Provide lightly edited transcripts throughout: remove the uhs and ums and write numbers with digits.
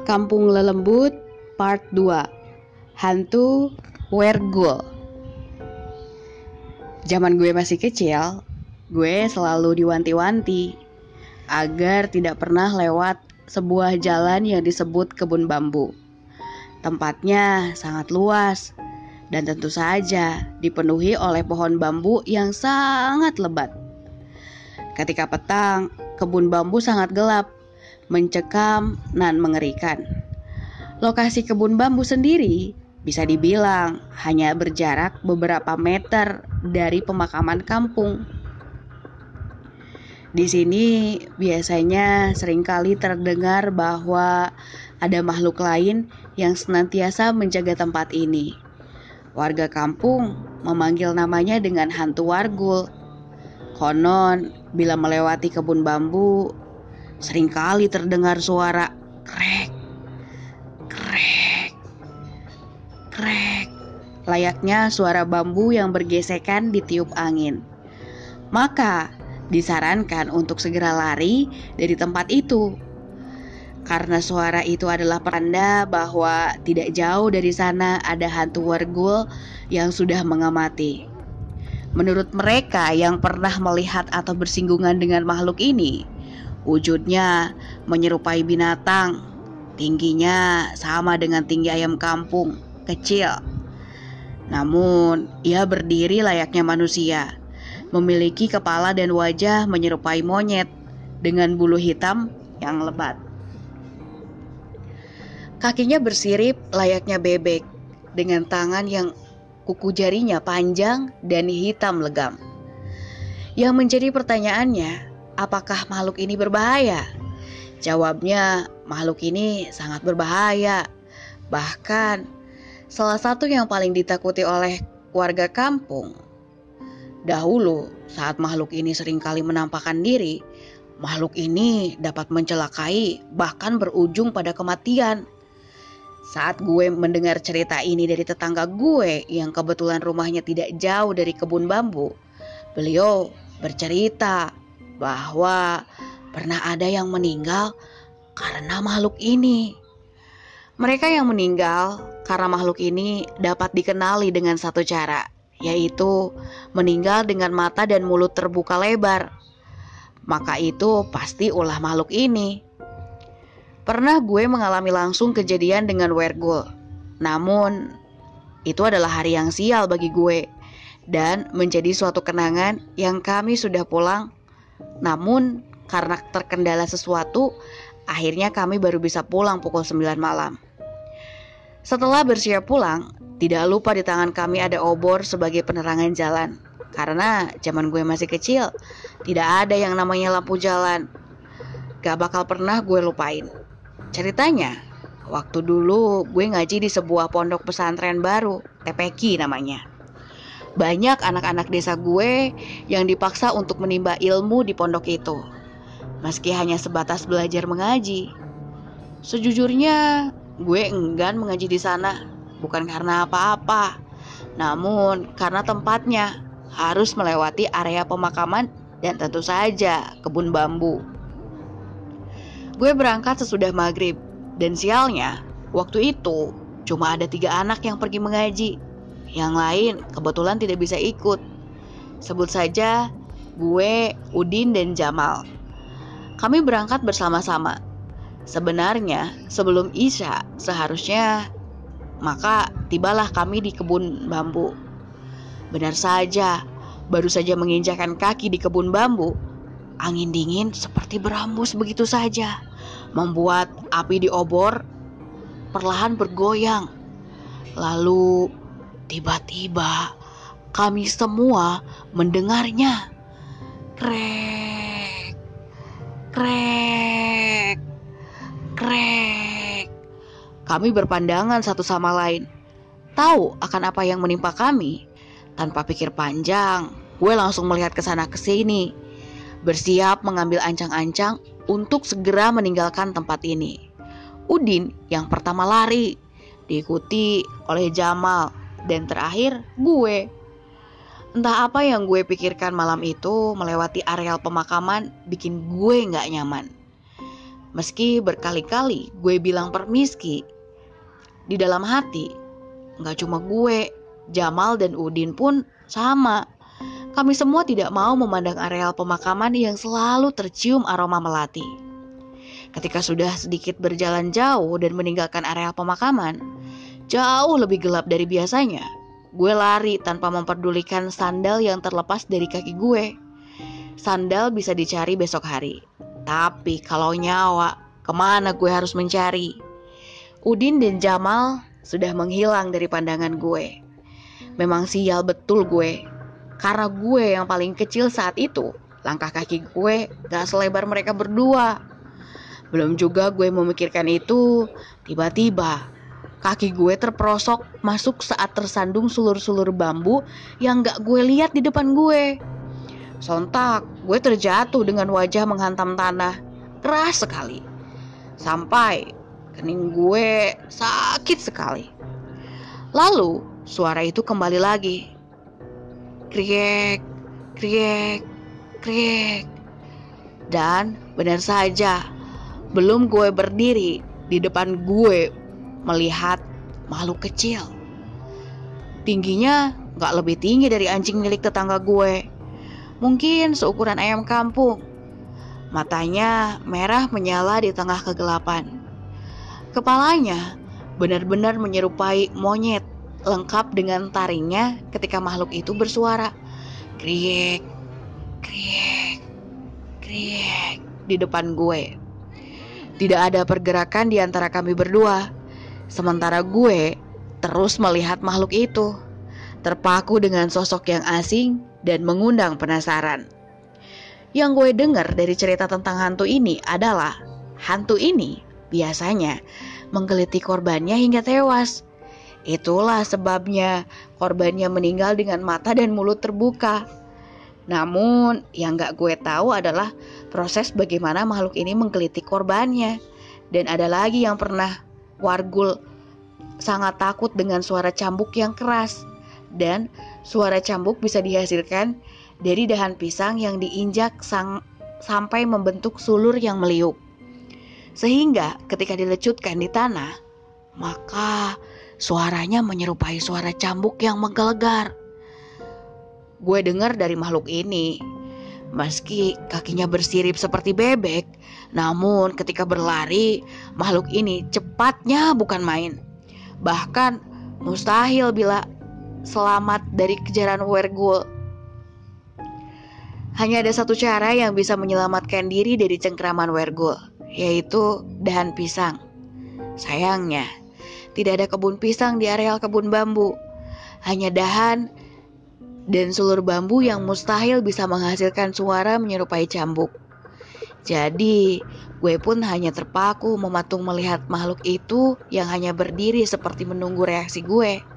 Kampung Lelembut Part 2, Hantu Wergul. Zaman gue masih kecil, gue selalu diwanti-wanti agar tidak pernah lewat sebuah jalan yang disebut kebun bambu. Tempatnya sangat luas dan tentu saja dipenuhi oleh pohon bambu yang sangat lebat. Ketika petang, kebun bambu sangat gelap, mencekam dan mengerikan. Lokasi kebun bambu sendiri bisa dibilang hanya berjarak beberapa meter dari pemakaman kampung. Di sini biasanya seringkali terdengar bahwa ada makhluk lain yang senantiasa menjaga tempat ini. Warga kampung memanggil namanya dengan hantu Wargul. Konon, bila melewati kebun bambu, seringkali terdengar suara krek, krek, krek, layaknya suara bambu yang bergesekan ditiup angin. Maka, disarankan untuk segera lari dari tempat itu. Karena suara itu adalah pertanda bahwa tidak jauh dari sana ada hantu Wargul yang sudah mengamati. Menurut mereka yang pernah melihat atau bersinggungan dengan makhluk ini, wujudnya menyerupai binatang, tingginya sama dengan tinggi ayam kampung, kecil. Namun, ia berdiri layaknya manusia, memiliki kepala dan wajah menyerupai monyet dengan bulu hitam yang lebat. Kakinya bersirip layaknya bebek, dengan tangan yang kuku jarinya panjang dan hitam legam. Yang menjadi pertanyaannya, apakah makhluk ini berbahaya? Jawabnya, makhluk ini sangat berbahaya. Bahkan, salah satu yang paling ditakuti oleh warga kampung. Dahulu, saat makhluk ini seringkali menampakkan diri, makhluk ini dapat mencelakai, bahkan berujung pada kematian. Saat gue mendengar cerita ini dari tetangga gue yang kebetulan rumahnya tidak jauh dari kebun bambu, beliau bercerita bahwa pernah ada yang meninggal karena makhluk ini. Mereka yang meninggal karena makhluk ini dapat dikenali dengan satu cara, yaitu meninggal dengan mata dan mulut terbuka lebar. Maka itu pasti ulah makhluk ini. Pernah gue mengalami langsung kejadian dengan Wergul. Namun, itu adalah hari yang sial bagi gue dan menjadi suatu kenangan yang kami sudah pulang. Namun, karena terkendala sesuatu, akhirnya kami baru bisa pulang pukul 9 malam. Setelah bersiap pulang, tidak lupa di tangan kami ada obor sebagai penerangan jalan. Karena zaman gue masih kecil, tidak ada yang namanya lampu jalan. Gak bakal pernah gue lupain. Ceritanya, waktu dulu gue ngaji di sebuah pondok pesantren baru, TPQ namanya. Banyak anak-anak desa gue yang dipaksa untuk menimba ilmu di pondok itu, meski hanya sebatas belajar mengaji. Sejujurnya, gue enggan mengaji di sana, bukan karena apa-apa, namun karena tempatnya harus melewati area pemakaman dan tentu saja kebun bambu. Gue berangkat sesudah maghrib, dan sialnya, waktu itu cuma ada 3 anak yang pergi mengaji. Yang lain kebetulan tidak bisa ikut. Sebut saja gue, Udin, dan Jamal. Kami berangkat bersama-sama. Sebenarnya sebelum Isya seharusnya, maka tibalah kami di kebun bambu. Benar saja, baru saja menginjakkan kaki di kebun bambu, angin dingin seperti berhembus begitu saja, membuat api di obor perlahan bergoyang. Lalu tiba-tiba kami semua mendengarnya. Krek, krek, krek. Kami berpandangan satu sama lain, tahu akan apa yang menimpa kami. Tanpa pikir panjang, gue langsung melihat ke sana ke sini, bersiap mengambil ancang-ancang untuk segera meninggalkan tempat ini. Udin yang pertama lari, diikuti oleh Jamal, dan terakhir gue. Entah apa yang gue pikirkan malam itu melewati areal pemakaman bikin gue gak nyaman. Meski berkali-kali gue bilang permisi, di dalam hati gak cuma gue, Jamal dan Udin pun sama. Kami semua tidak mau memandang areal pemakaman yang selalu tercium aroma melati. Ketika sudah sedikit berjalan jauh dan meninggalkan areal pemakaman, jauh lebih gelap dari biasanya, gue lari tanpa memperdulikan sandal yang terlepas dari kaki gue. Sandal bisa dicari besok hari, tapi kalau nyawa, kemana gue harus mencari? Udin dan Jamal sudah menghilang dari pandangan gue. Memang sial betul gue, karena gue yang paling kecil saat itu. Langkah kaki gue gak selebar mereka berdua. Belum juga gue memikirkan itu, tiba-tiba kaki gue terperosok masuk saat tersandung sulur-sulur bambu yang gak gue lihat di depan gue. Sontak gue terjatuh dengan wajah menghantam tanah, keras sekali. Sampai kening gue sakit sekali. Lalu suara itu kembali lagi. Kriek, kriek, kriek. Dan benar saja, belum gue berdiri, di depan gue melihat makhluk kecil. Tingginya gak lebih tinggi dari anjing milik tetangga gue. Mungkin seukuran ayam kampung. Matanya merah menyala di tengah kegelapan. Kepalanya benar-benar menyerupai monyet, lengkap dengan taringnya ketika makhluk itu bersuara. Kriek, kriek, kriek di depan gue. Tidak ada pergerakan di antara kami berdua. Sementara gue terus melihat makhluk itu, terpaku dengan sosok yang asing dan mengundang penasaran. Yang gue dengar dari cerita tentang hantu ini adalah hantu ini biasanya menggeliti korbannya hingga tewas. Itulah sebabnya korbannya meninggal dengan mata dan mulut terbuka. Namun yang gak gue tahu adalah proses bagaimana makhluk ini menggeliti korbannya. Dan ada lagi yang pernah wargul sangat takut dengan suara cambuk yang keras. Dan suara cambuk bisa dihasilkan dari dahan pisang yang diinjak sampai membentuk sulur yang meliuk. Sehingga ketika dilecutkan di tanah, maka suaranya menyerupai suara cambuk yang menggelegar. Gue dengar dari makhluk ini, meski kakinya bersirip seperti bebek, namun ketika berlari, makhluk ini cepatnya bukan main. Bahkan mustahil bila selamat dari kejaran wergul. Hanya ada satu cara yang bisa menyelamatkan diri dari cengkraman wergul, yaitu dahan pisang. Sayangnya, tidak ada kebun pisang di areal kebun bambu. Hanya dahan dan sulur bambu yang mustahil bisa menghasilkan suara menyerupai cambuk. Jadi, gue pun hanya terpaku mematung melihat makhluk itu yang hanya berdiri seperti menunggu reaksi gue.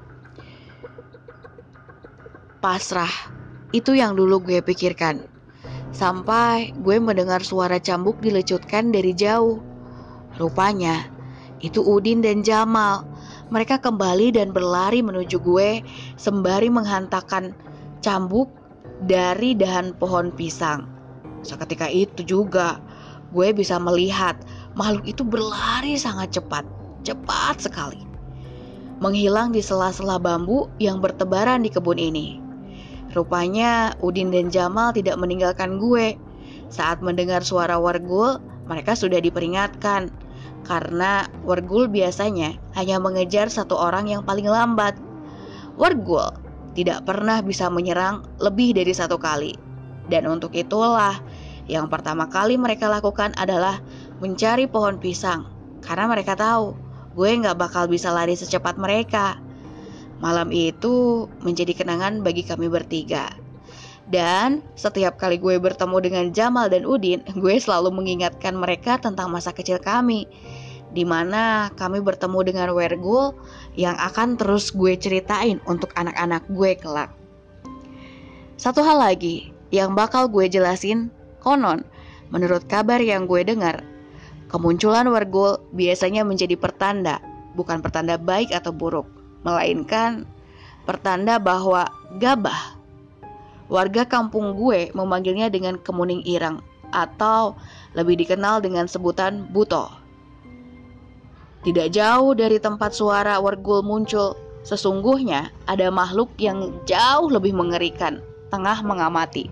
Pasrah, itu yang dulu gue pikirkan. Sampai gue mendengar suara cambuk dilecutkan dari jauh. Rupanya, itu Udin dan Jamal. Mereka kembali dan berlari menuju gue sembari menghantarkan cambuk dari dahan pohon pisang. Seketika itu juga gue bisa melihat makhluk itu berlari sangat cepat sekali, menghilang di sela-sela bambu yang bertebaran di kebun ini. Rupanya Udin dan Jamal tidak meninggalkan gue. Saat mendengar suara wargul, mereka sudah diperingatkan, karena wargul biasanya hanya mengejar satu orang yang paling lambat. Wargul tidak pernah bisa menyerang lebih dari satu kali. Dan untuk itulah yang pertama kali mereka lakukan adalah mencari pohon pisang. Karena mereka tahu gue gak bakal bisa lari secepat mereka. Malam itu menjadi kenangan bagi kami bertiga. Dan setiap kali gue bertemu dengan Jamal dan Udin, gue selalu mengingatkan mereka tentang masa kecil kami, di mana kami bertemu dengan wergul yang akan terus gue ceritain untuk anak-anak gue kelak. Satu hal lagi yang bakal gue jelasin, konon menurut kabar yang gue dengar, kemunculan wergul biasanya menjadi pertanda, bukan pertanda baik atau buruk, melainkan pertanda bahwa gabah. Warga kampung gue memanggilnya dengan kemuning ireng, atau lebih dikenal dengan sebutan Buto. Tidak jauh dari tempat suara Wergul muncul, sesungguhnya ada makhluk yang jauh lebih mengerikan tengah mengamati.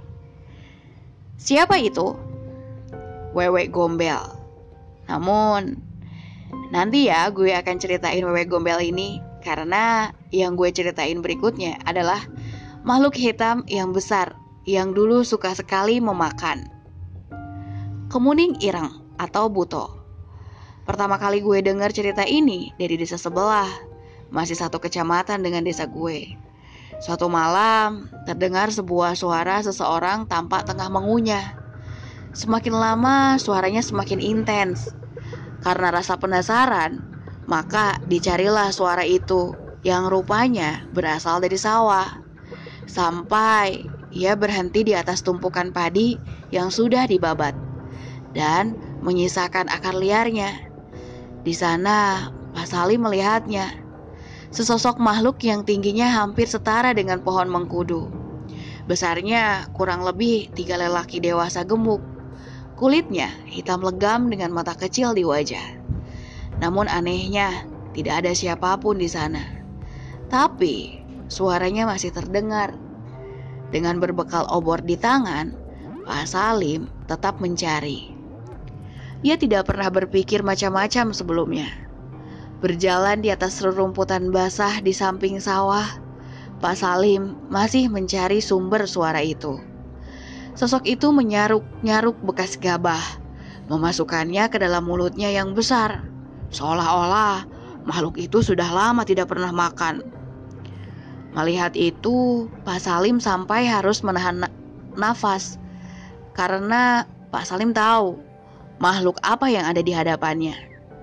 Siapa itu? Wewe Gombel. Namun, nanti ya gue akan ceritain Wewe Gombel ini, karena yang gue ceritain berikutnya adalah makhluk hitam yang besar yang dulu suka sekali memakan. Kemuning Ireng atau Buto. Pertama kali gue dengar cerita ini dari desa sebelah, masih satu kecamatan dengan desa gue. Suatu malam, terdengar sebuah suara seseorang tampak tengah mengunyah. Semakin lama, suaranya semakin intens. Karena rasa penasaran, maka dicarilah suara itu yang rupanya berasal dari sawah. Sampai ia berhenti di atas tumpukan padi yang sudah dibabat dan menyisakan akar liarnya. Di sana, Pak Salim melihatnya. Sesosok makhluk yang tingginya hampir setara dengan pohon mengkudu. Besarnya kurang lebih 3 lelaki dewasa gemuk. Kulitnya hitam legam dengan mata kecil di wajah. Namun anehnya, tidak ada siapapun di sana. Tapi suaranya masih terdengar. Dengan berbekal obor di tangan, Pak Salim tetap mencari. Ia tidak pernah berpikir macam-macam sebelumnya. Berjalan di atas rerumputan basah di samping sawah, Pak Salim masih mencari sumber suara itu. Sosok itu menyaruk-nyaruk bekas gabah, memasukkannya ke dalam mulutnya yang besar, seolah-olah makhluk itu sudah lama tidak pernah makan. Melihat itu, Pak Salim sampai harus menahan nafas, karena Pak Salim tahu makhluk apa yang ada di hadapannya.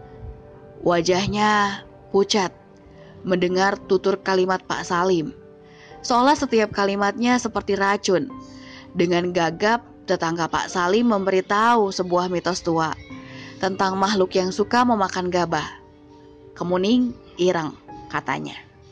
Wajahnya pucat mendengar tutur kalimat Pak Salim, seolah setiap kalimatnya seperti racun. Dengan gagap, tetangga Pak Salim memberitahu sebuah mitos tua tentang makhluk yang suka memakan gabah. Kemuning Ireng, katanya.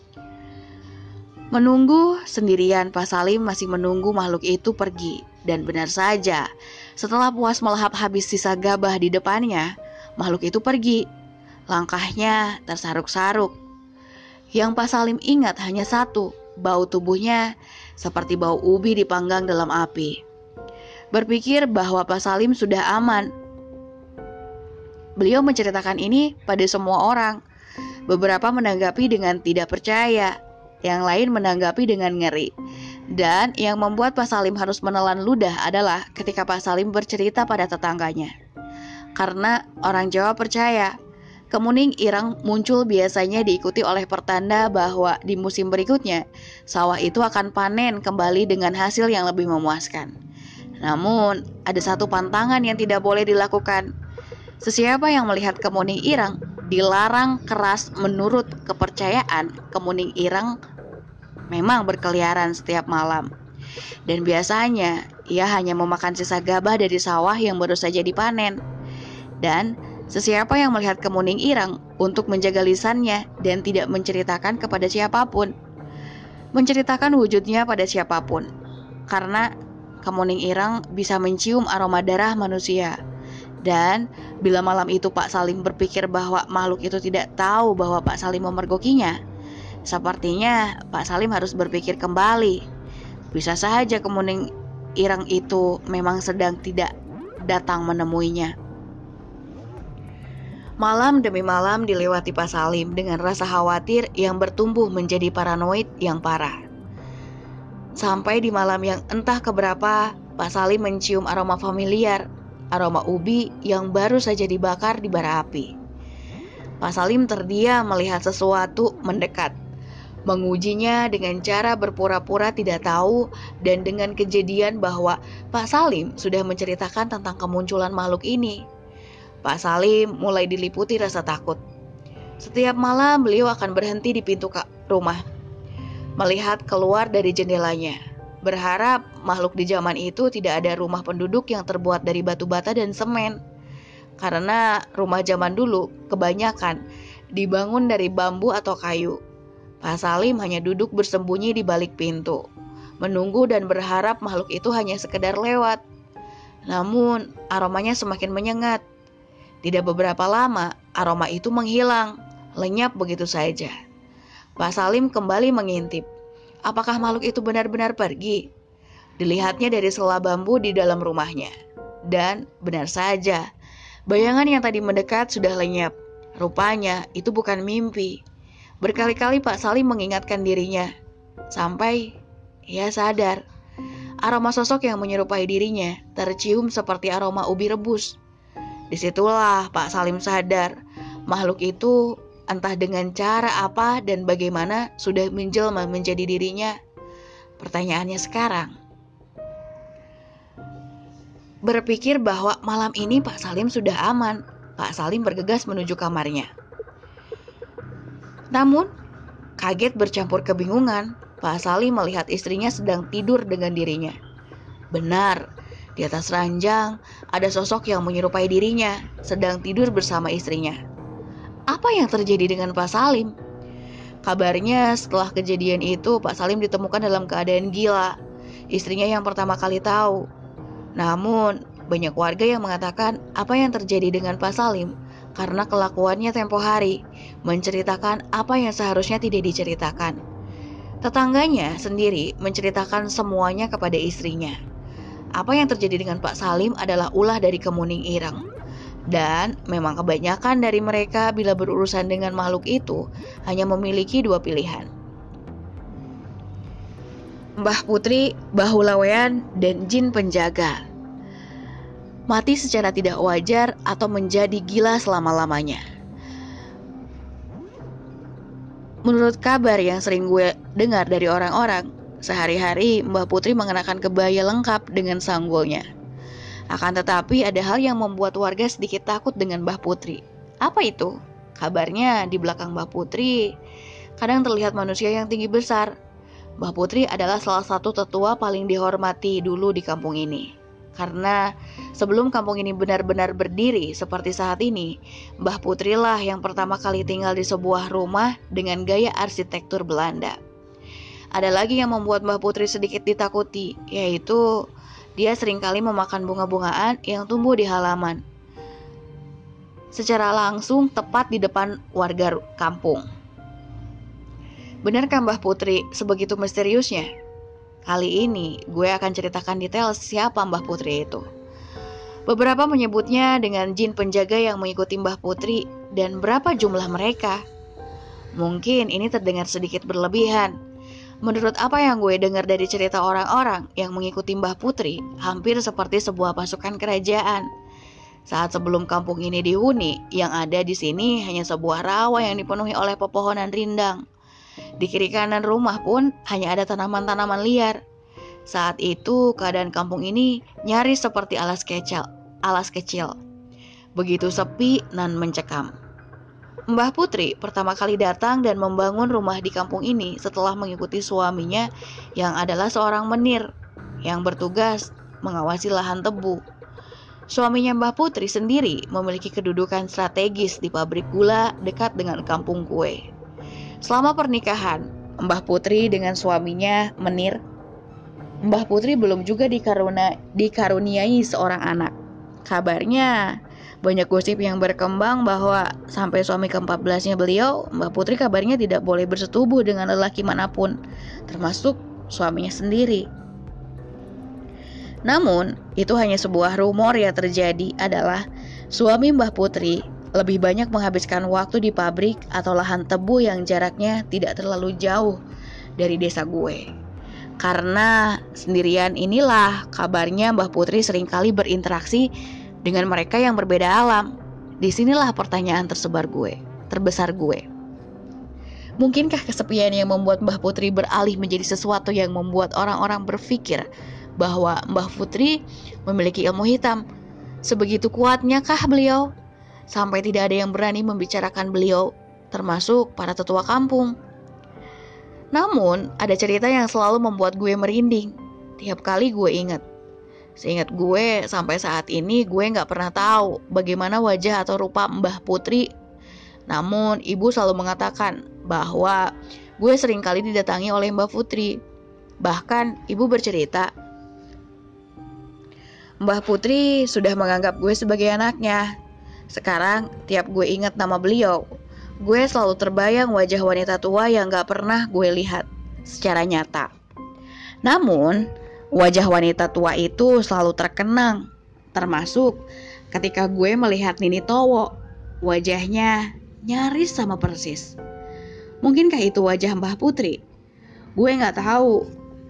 Menunggu sendirian, Pak Salim masih menunggu makhluk itu pergi. Dan benar saja, setelah puas melahap habis sisa gabah di depannya, makhluk itu pergi. Langkahnya tersaruk-saruk. Yang Pak Salim ingat hanya satu, bau tubuhnya seperti bau ubi dipanggang dalam api. Berpikir bahwa Pak Salim sudah aman, beliau menceritakan ini pada semua orang. Beberapa menanggapi dengan tidak percaya, yang lain menanggapi dengan ngeri. Dan yang membuat Pak Salim harus menelan ludah adalah ketika Pak Salim bercerita pada tetangganya. Karena orang Jawa percaya, Kemuning Ireng muncul biasanya diikuti oleh pertanda bahwa di musim berikutnya, sawah itu akan panen kembali dengan hasil yang lebih memuaskan. Namun, ada satu pantangan yang tidak boleh dilakukan. Sesiapa yang melihat Kemuning Ireng dilarang keras. Menurut kepercayaan, Kemuning Ireng memang berkeliaran setiap malam. Dan biasanya, ia hanya memakan sisa gabah dari sawah yang baru saja dipanen. Dan sesiapa yang melihat Kemuning Ireng untuk menjaga lisannya dan tidak menceritakan kepada siapapun, menceritakan wujudnya pada siapapun, karena Kemuning Ireng bisa mencium aroma darah manusia. Dan bila malam itu Pak Salim berpikir bahwa makhluk itu tidak tahu bahwa Pak Salim memergokinya, sepertinya Pak Salim harus berpikir kembali. Bisa saja Kemuning Ireng itu memang sedang tidak datang menemuinya. Malam demi malam dilewati Pak Salim dengan rasa khawatir yang bertumbuh menjadi paranoid yang parah. Sampai di malam yang entah keberapa, Pak Salim mencium aroma familiar, aroma ubi yang baru saja dibakar di bara api. Pak Salim terdiam melihat sesuatu mendekat, mengujinya dengan cara berpura-pura tidak tahu dan dengan kejadian bahwa Pak Salim sudah menceritakan tentang kemunculan makhluk ini. Pak Salim mulai diliputi rasa takut. Setiap malam beliau akan berhenti di pintu rumah, melihat keluar dari jendelanya, berharap makhluk di zaman itu tidak ada rumah penduduk yang terbuat dari batu bata dan semen. Karena rumah zaman dulu kebanyakan dibangun dari bambu atau kayu. Pak Salim hanya duduk bersembunyi di balik pintu, menunggu dan berharap makhluk itu hanya sekedar lewat. Namun aromanya semakin menyengat. Tidak beberapa lama aroma itu menghilang, lenyap begitu saja. Pak Salim kembali mengintip. Apakah makhluk itu benar-benar pergi? Dilihatnya dari sela bambu di dalam rumahnya. Dan benar saja, bayangan yang tadi mendekat sudah lenyap. Rupanya itu bukan mimpi. Berkali-kali Pak Salim mengingatkan dirinya, sampai ia sadar. Aroma sosok yang menyerupai dirinya tercium seperti aroma ubi rebus. Disitulah Pak Salim sadar, makhluk itu entah dengan cara apa dan bagaimana sudah menjelma menjadi dirinya. Pertanyaannya sekarang, berpikir bahwa malam ini Pak Salim sudah aman, Pak Salim bergegas menuju kamarnya. Namun, kaget bercampur kebingungan, Pak Salim melihat istrinya sedang tidur dengan dirinya. Benar, di atas ranjang ada sosok yang menyerupai dirinya, sedang tidur bersama istrinya. Apa yang terjadi dengan Pak Salim? Kabarnya setelah kejadian itu Pak Salim ditemukan dalam keadaan gila. Istrinya yang pertama kali tahu. Namun, banyak warga yang mengatakan apa yang terjadi dengan Pak Salim karena kelakuannya tempo hari, menceritakan apa yang seharusnya tidak diceritakan. Tetangganya sendiri menceritakan semuanya kepada istrinya. Apa yang terjadi dengan Pak Salim adalah ulah dari Kemuning Ireng. Dan memang kebanyakan dari mereka bila berurusan dengan makhluk itu hanya memiliki dua pilihan. Mbah Putri, Bahulawean, dan jin penjaga. Mati secara tidak wajar atau menjadi gila selama-lamanya. Menurut kabar yang sering gue dengar dari orang-orang, sehari-hari Mbah Putri mengenakan kebaya lengkap dengan sanggulnya. Akan tetapi ada hal yang membuat warga sedikit takut dengan Mbah Putri. Apa itu? Kabarnya di belakang Mbah Putri kadang terlihat manusia yang tinggi besar. Mbah Putri adalah salah satu tetua paling dihormati dulu di kampung ini. Karena sebelum kampung ini benar-benar berdiri seperti saat ini, Mbah Putri lah yang pertama kali tinggal di sebuah rumah dengan gaya arsitektur Belanda. Ada lagi yang membuat Mbah Putri sedikit ditakuti, yaitu dia seringkali memakan bunga-bungaan yang tumbuh di halaman. Secara langsung tepat di depan warga kampung. Benarkah Mbah Putri sebegitu misteriusnya? Kali ini gue akan ceritakan detail siapa Mbah Putri itu. Beberapa menyebutnya dengan jin penjaga yang mengikuti Mbah Putri dan berapa jumlah mereka. Mungkin ini terdengar sedikit berlebihan. Menurut apa yang gue dengar dari cerita orang-orang yang mengikuti Mbah Putri, hampir seperti sebuah pasukan kerajaan. Saat sebelum kampung ini dihuni, yang ada di sini hanya sebuah rawa yang dipenuhi oleh pepohonan rindang. Di kiri kanan rumah pun hanya ada tanaman-tanaman liar. Saat itu keadaan kampung ini nyaris seperti alas kecil. Begitu sepi dan mencekam. Mbah Putri pertama kali datang dan membangun rumah di kampung ini setelah mengikuti suaminya yang adalah seorang menir yang bertugas mengawasi lahan tebu. Suaminya Mbah Putri sendiri memiliki kedudukan strategis di pabrik gula dekat dengan kampung kue. Selama pernikahan Mbah Putri dengan suaminya Menir, Mbah Putri belum juga dikaruniai seorang anak. Kabarnya banyak gosip yang berkembang bahwa sampai suami ke-14-nya beliau, Mbah Putri kabarnya tidak boleh bersetubuh dengan lelaki manapun, termasuk suaminya sendiri. Namun, itu hanya sebuah rumor yang terjadi adalah suami Mbah Putri lebih banyak menghabiskan waktu di pabrik atau lahan tebu yang jaraknya tidak terlalu jauh dari desa gue. Karena sendirian inilah kabarnya Mbah Putri seringkali berinteraksi dengan mereka yang berbeda alam. Disinilah pertanyaan terbesar gue. Mungkinkah kesepian yang membuat Mbah Putri beralih menjadi sesuatu yang membuat orang-orang berpikir bahwa Mbah Putri memiliki ilmu hitam? Sebegitu kuatnya kah beliau? Sampai tidak ada yang berani membicarakan beliau, termasuk para tetua kampung. Namun, ada cerita yang selalu membuat gue merinding. Tiap kali gue ingat. Seingat gue, sampai saat ini gue gak pernah tahu bagaimana wajah atau rupa Mbah Putri. Namun, ibu selalu mengatakan bahwa gue seringkali didatangi oleh Mbah Putri. Bahkan, ibu bercerita, Mbah Putri sudah menganggap gue sebagai anaknya. Sekarang tiap gue ingat nama beliau, gue selalu terbayang wajah wanita tua yang gak pernah gue lihat secara nyata. Namun, wajah wanita tua itu selalu terkenang, termasuk ketika gue melihat Nini Towo. Wajahnya nyaris sama persis. Mungkinkah itu wajah Mbah Putri? Gue gak tahu.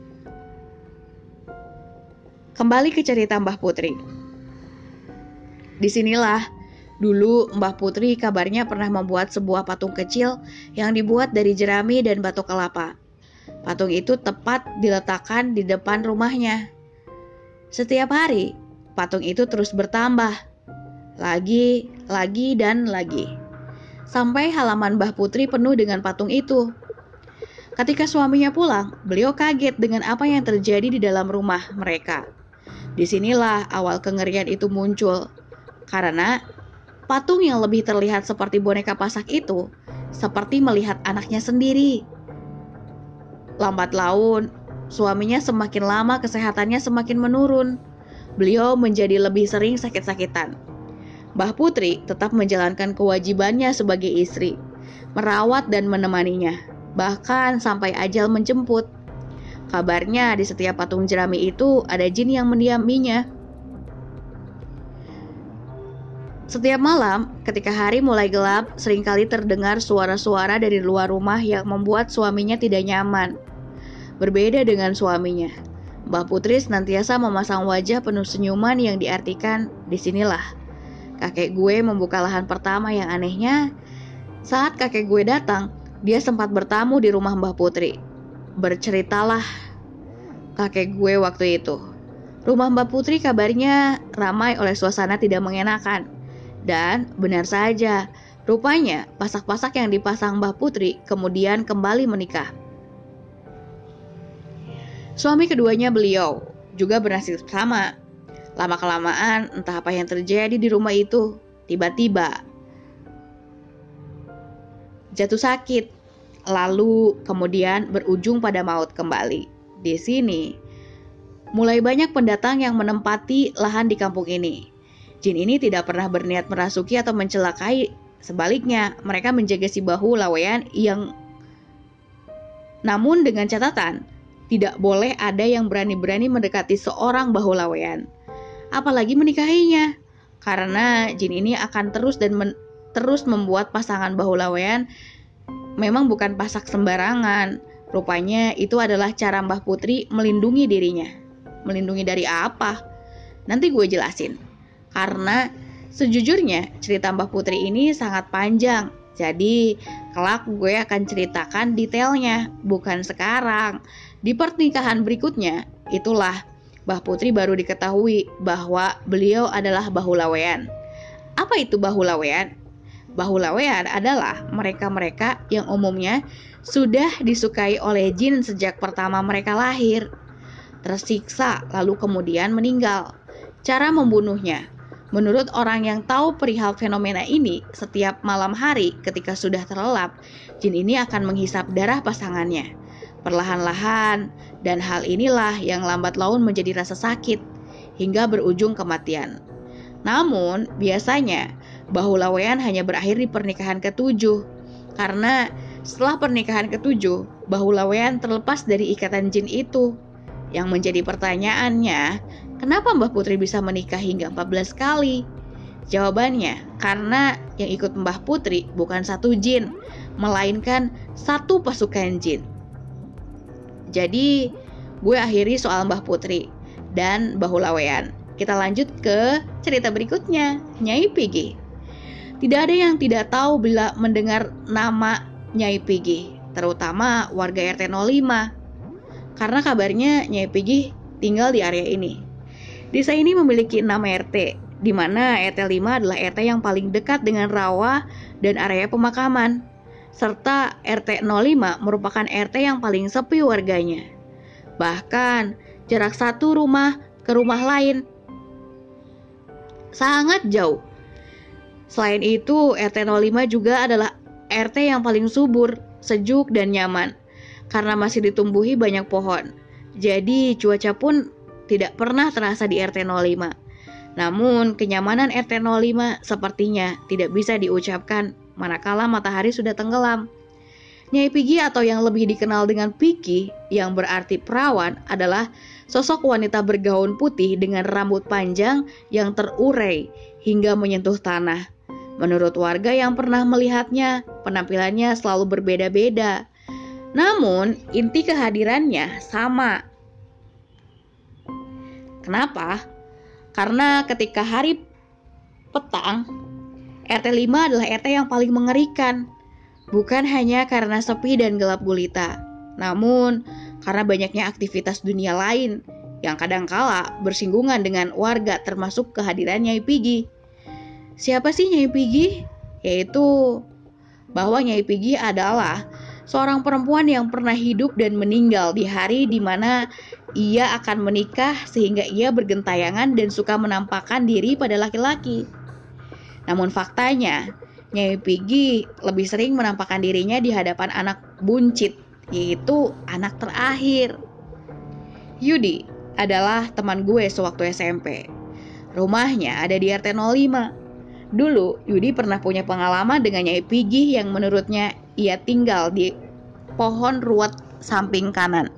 Kembali ke cerita Mbah Putri. Disinilah dulu Mbah Putri kabarnya pernah membuat sebuah patung kecil yang dibuat dari jerami dan batok kelapa. Patung itu tepat diletakkan di depan rumahnya. Setiap hari, patung itu terus bertambah. Lagi, dan lagi. Sampai halaman Mbah Putri penuh dengan patung itu. Ketika suaminya pulang, beliau kaget dengan apa yang terjadi di dalam rumah mereka. Disinilah awal kengerian itu muncul. Karena patung yang lebih terlihat seperti boneka pasak itu seperti melihat anaknya sendiri. Lambat laun, suaminya semakin lama kesehatannya semakin menurun. Beliau menjadi lebih sering sakit-sakitan. Mbah Putri tetap menjalankan kewajibannya sebagai istri, merawat dan menemaninya, bahkan sampai ajal menjemput. Kabarnya di setiap patung jerami itu ada jin yang mendiaminya. Setiap malam, ketika hari mulai gelap, seringkali terdengar suara-suara dari luar rumah yang membuat suaminya tidak nyaman. Berbeda dengan suaminya, Mbah Putri senantiasa memasang wajah penuh senyuman yang diartikan, disinilah kakek gue membuka lahan pertama. Yang anehnya, saat kakek gue datang, dia sempat bertamu di rumah Mbah Putri. Berceritalah kakek gue waktu itu. Rumah Mbah Putri kabarnya ramai oleh suasana tidak mengenakan. Dan benar saja, rupanya pasak-pasak yang dipasang Mbah Putri kemudian kembali menikah. Suami keduanya beliau juga bernasib sama. Lama-kelamaan entah apa yang terjadi di rumah itu, tiba-tiba jatuh sakit, lalu kemudian berujung pada maut kembali. Di sini mulai banyak pendatang yang menempati lahan di kampung ini. Jin ini tidak pernah berniat merasuki atau mencelakai. Sebaliknya, mereka menjaga si bahu lawean namun dengan catatan, tidak boleh ada yang berani-berani mendekati seorang bahu lawean, apalagi menikahinya. Karena jin ini akan terus terus membuat pasangan bahu lawean memang bukan pasak sembarangan. Rupanya itu adalah cara Mbah Putri melindungi dirinya. Melindungi dari apa? Nanti gue jelasin. Karena sejujurnya cerita Mbah Putri ini sangat panjang. Jadi kelak gue akan ceritakan detailnya, bukan sekarang. Di pernikahan berikutnya, itulah Mbah Putri baru diketahui bahwa beliau adalah bahu lawean. Apa itu bahu lawean? Bahu lawean adalah mereka-mereka yang umumnya sudah disukai oleh jin sejak pertama mereka lahir, tersiksa lalu kemudian meninggal. Cara membunuhnya, menurut orang yang tahu perihal fenomena ini, setiap malam hari ketika sudah terlelap, jin ini akan menghisap darah pasangannya perlahan-lahan, dan hal inilah yang lambat laun menjadi rasa sakit hingga berujung kematian. Namun biasanya bahu lawean hanya berakhir di pernikahan ke-7, karena setelah pernikahan ke-7, bahu lawean terlepas dari ikatan jin itu. Yang menjadi pertanyaannya, kenapa Mbah Putri bisa menikah hingga 14 kali? Jawabannya, karena yang ikut Mbah Putri bukan satu jin, melainkan satu pasukan jin. Jadi, gue akhiri soal Mbah Putri dan bahu lawean. Kita lanjut ke cerita berikutnya, Nyai Pigi. Tidak ada yang tidak tahu bila mendengar nama Nyai Pigi, terutama warga RT 05. Karena kabarnya Nyai Pigi tinggal di area ini. Desa ini memiliki 6 RT, di mana RT 5 adalah RT yang paling dekat dengan rawa dan area pemakaman. Serta RT 05 merupakan RT yang paling sepi warganya. Bahkan jarak satu rumah ke rumah lain sangat jauh. Selain itu, RT 05 juga adalah RT yang paling subur, sejuk dan nyaman karena masih ditumbuhi banyak pohon. Jadi cuaca pun tidak pernah terasa di RT 05. Namun, kenyamanan RT 05 sepertinya tidak bisa diucapkan manakala matahari sudah tenggelam. Nyai Pigi atau yang lebih dikenal dengan Piki, yang berarti perawan, adalah sosok wanita bergaun putih dengan rambut panjang yang terurai hingga menyentuh tanah. Menurut warga yang pernah melihatnya, penampilannya selalu berbeda-beda. Namun, inti kehadirannya sama. Kenapa? Karena ketika hari petang, RT 5 adalah RT yang paling mengerikan. Bukan hanya karena sepi dan gelap gulita, namun karena banyaknya aktivitas dunia lain yang kadangkala bersinggungan dengan warga, termasuk kehadiran Nyai Pigi. Siapa sih Nyai Pigi? Yaitu bahwa Nyai Pigi adalah seorang perempuan yang pernah hidup dan meninggal di hari di mana ia akan menikah, sehingga ia bergentayangan dan suka menampakkan diri pada laki-laki. Namun faktanya, Nyai Pigi lebih sering menampakkan dirinya di hadapan anak buncit, yaitu anak terakhir. Yudi adalah teman gue sewaktu SMP. Rumahnya ada di RT 05. Dulu, Yudi pernah punya pengalaman dengan Nyai Pigi yang menurutnya ia tinggal di pohon ruwet samping kanan.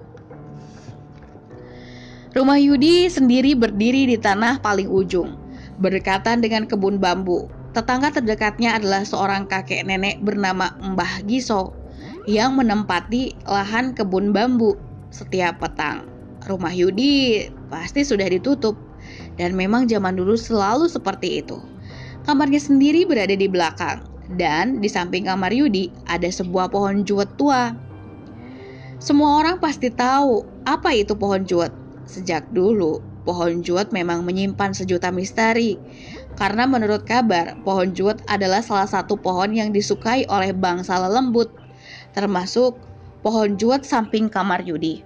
Rumah Yudi sendiri berdiri di tanah paling ujung, berdekatan dengan kebun bambu. Tetangga terdekatnya adalah seorang kakek nenek bernama Mbah Giso yang menempati lahan kebun bambu setiap petang. Rumah Yudi pasti sudah ditutup, dan memang zaman dulu selalu seperti itu. Kamarnya sendiri berada di belakang, dan di samping kamar Yudi ada sebuah pohon juwet tua. Semua orang pasti tahu apa itu pohon juwet. Sejak dulu, pohon juwet memang menyimpan sejuta misteri, karena menurut kabar, pohon juwet adalah salah satu pohon yang disukai oleh bangsa lelembut, termasuk pohon juwet samping kamar Yudi.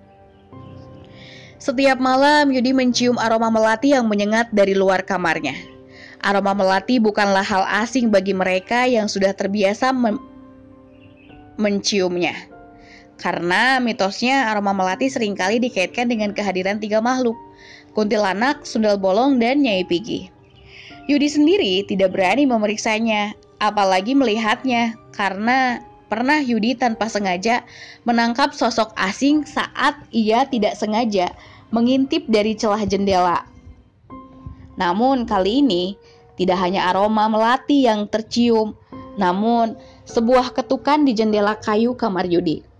Setiap malam, Yudi mencium aroma melati yang menyengat dari luar kamarnya. Aroma melati bukanlah hal asing bagi mereka yang sudah terbiasa menciumnya. Karena mitosnya aroma melati seringkali dikaitkan dengan kehadiran 3 makhluk, kuntilanak, sundel bolong, dan Nyai Pigi. Yudi sendiri tidak berani memeriksanya, apalagi melihatnya, karena pernah Yudi tanpa sengaja menangkap sosok asing saat ia tidak sengaja mengintip dari celah jendela. Namun kali ini tidak hanya aroma melati yang tercium, namun sebuah ketukan di jendela kayu kamar Yudi.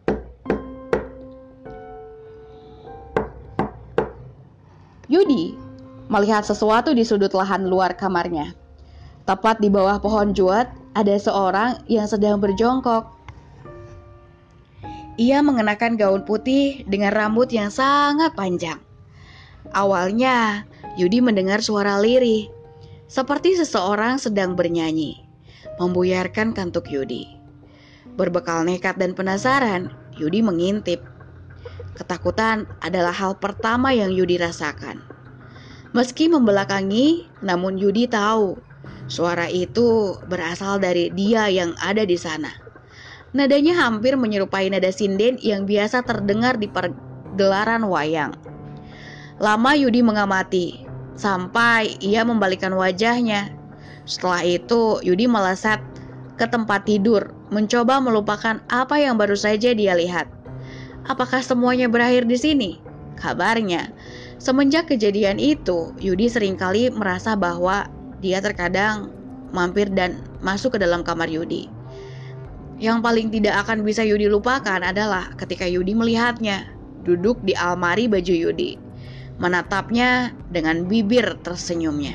Yudi melihat sesuatu di sudut lahan luar kamarnya. Tepat di bawah pohon juwet ada seorang yang sedang berjongkok. Ia mengenakan gaun putih dengan rambut yang sangat panjang. Awalnya, Yudi mendengar suara lirih, seperti seseorang sedang bernyanyi, membuyarkan kantuk Yudi. Berbekal nekat dan penasaran, Yudi mengintip. Ketakutan adalah hal pertama yang Yudi rasakan. Meski membelakangi, namun Yudi tahu suara itu berasal dari dia yang ada di sana. Nadanya hampir menyerupai nada sinden yang biasa terdengar di pergelaran wayang. Lama Yudi mengamati, sampai ia membalikkan wajahnya. Setelah itu, Yudi melesat ke tempat tidur, mencoba melupakan apa yang baru saja dia lihat. Apakah semuanya berakhir di sini? Kabarnya, semenjak kejadian itu, Yudi seringkali merasa bahwa dia terkadang mampir dan masuk ke dalam kamar Yudi. Yang paling tidak akan bisa Yudi lupakan adalah ketika Yudi melihatnya duduk di almari baju Yudi, menatapnya dengan bibir tersenyumnya.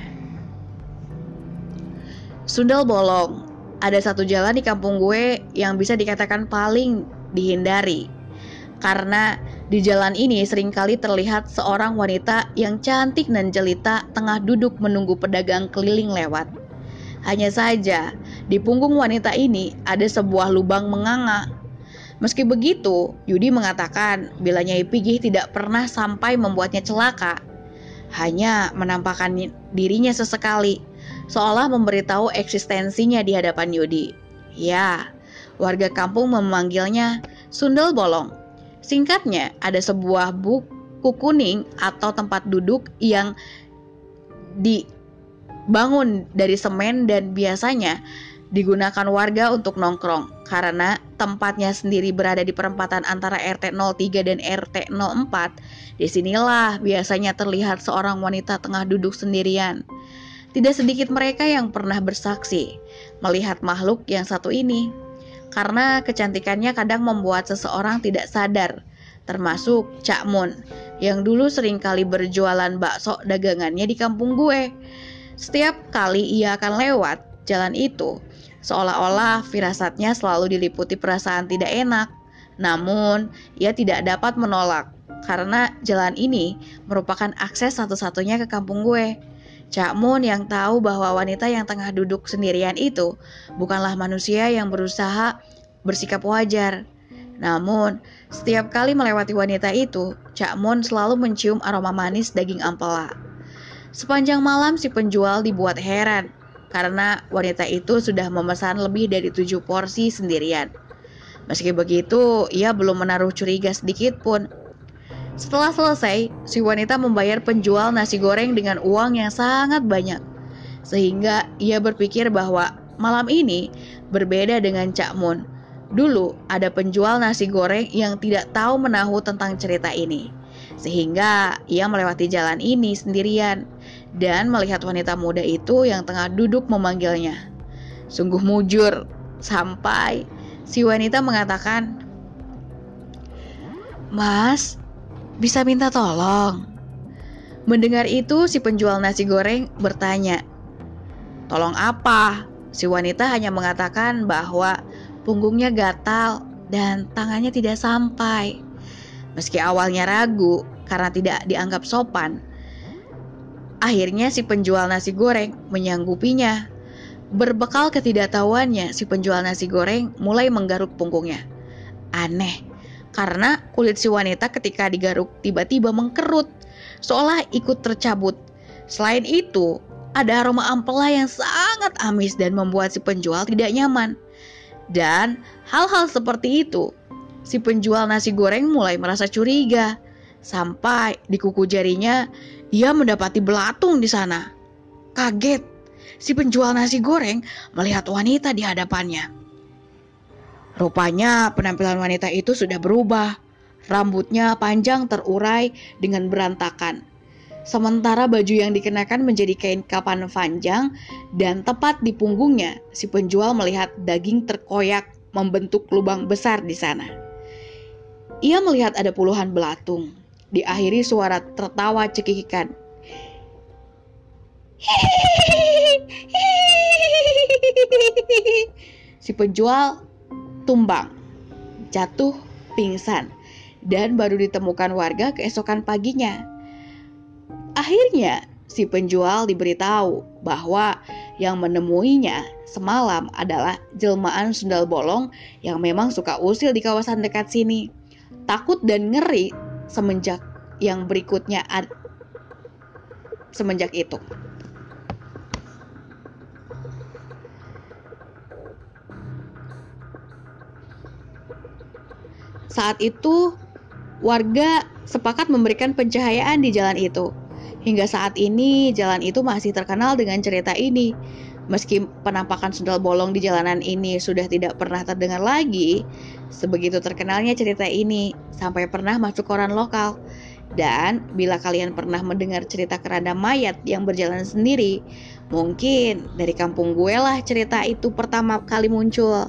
Sundel bolong, ada satu jalan di kampung gue yang bisa dikatakan paling dihindari. Karena di jalan ini seringkali terlihat seorang wanita yang cantik dan jelita tengah duduk menunggu pedagang keliling lewat. Hanya saja, di punggung wanita ini ada sebuah lubang menganga. Meski begitu, Yudi mengatakan bila Nyai Pigi tidak pernah sampai membuatnya celaka, hanya menampakkan dirinya sesekali, seolah memberitahu eksistensinya di hadapan Yudi. Ya, warga kampung memanggilnya Sundel Bolong. Singkatnya, ada sebuah buku kuning atau tempat duduk yang dibangun dari semen dan biasanya digunakan warga untuk nongkrong karena tempatnya sendiri berada di perempatan antara RT 03 dan RT 04. Disinilah biasanya terlihat seorang wanita tengah duduk sendirian. Tidak sedikit mereka yang pernah bersaksi melihat makhluk yang satu ini, karena kecantikannya kadang membuat seseorang tidak sadar, termasuk Cak Mun yang dulu seringkali berjualan bakso dagangannya di kampung gue. Setiap kali ia akan lewat jalan itu, seolah-olah firasatnya selalu diliputi perasaan tidak enak. Namun, ia tidak dapat menolak karena jalan ini merupakan akses satu-satunya ke kampung gue. Cak Mun yang tahu bahwa wanita yang tengah duduk sendirian itu bukanlah manusia yang berusaha bersikap wajar. Namun, setiap kali melewati wanita itu, Cak Mun selalu mencium aroma manis daging ampela. Sepanjang malam si penjual dibuat heran karena wanita itu sudah memesan lebih dari 7 porsi sendirian. Meski begitu, ia belum menaruh curiga sedikit pun. Setelah selesai, si wanita membayar penjual nasi goreng dengan uang yang sangat banyak, sehingga ia berpikir bahwa malam ini berbeda dengan Cak Mun. Dulu ada penjual nasi goreng yang tidak tahu menahu tentang cerita ini, sehingga ia melewati jalan ini sendirian dan melihat wanita muda itu yang tengah duduk memanggilnya. Sungguh mujur, sampai si wanita mengatakan, "Mas, bisa minta tolong?" Mendengar itu, si penjual nasi goreng bertanya, "Tolong apa?" Si wanita hanya mengatakan bahwa punggungnya gatal dan tangannya tidak sampai. Meski awalnya ragu karena tidak dianggap sopan, akhirnya si penjual nasi goreng menyanggupinya. Berbekal ketidaktahuannya, si penjual nasi goreng mulai menggaruk punggungnya. Aneh, karena kulit si wanita ketika digaruk tiba-tiba mengkerut, seolah ikut tercabut. Selain itu, ada aroma ampela yang sangat amis dan membuat si penjual tidak nyaman. Dan hal-hal seperti itu, si penjual nasi goreng mulai merasa curiga. Sampai di kuku jarinya, ia mendapati belatung di sana. Kaget, si penjual nasi goreng melihat wanita di hadapannya. Rupanya penampilan wanita itu sudah berubah. Rambutnya panjang terurai dengan berantakan. Sementara baju yang dikenakan menjadi kain kapan panjang dan tepat di punggungnya, si penjual melihat daging terkoyak membentuk lubang besar di sana. Ia melihat ada puluhan belatung, diakhiri suara tertawa cekikikan. Si penjual tumbang, jatuh pingsan, dan baru ditemukan warga keesokan paginya. Akhirnya, si penjual diberitahu bahwa yang menemuinya semalam adalah jelmaan sundal bolong yang memang suka usil di kawasan dekat sini. Takut dan ngeri semenjak itu. Saat itu, warga sepakat memberikan pencahayaan di jalan itu. Hingga saat ini, jalan itu masih terkenal dengan cerita ini. Meski penampakan sundal bolong di jalanan ini sudah tidak pernah terdengar lagi, sebegitu terkenalnya cerita ini sampai pernah masuk koran lokal. Dan bila kalian pernah mendengar cerita keranda mayat yang berjalan sendiri, mungkin dari kampung gue lah cerita itu pertama kali muncul.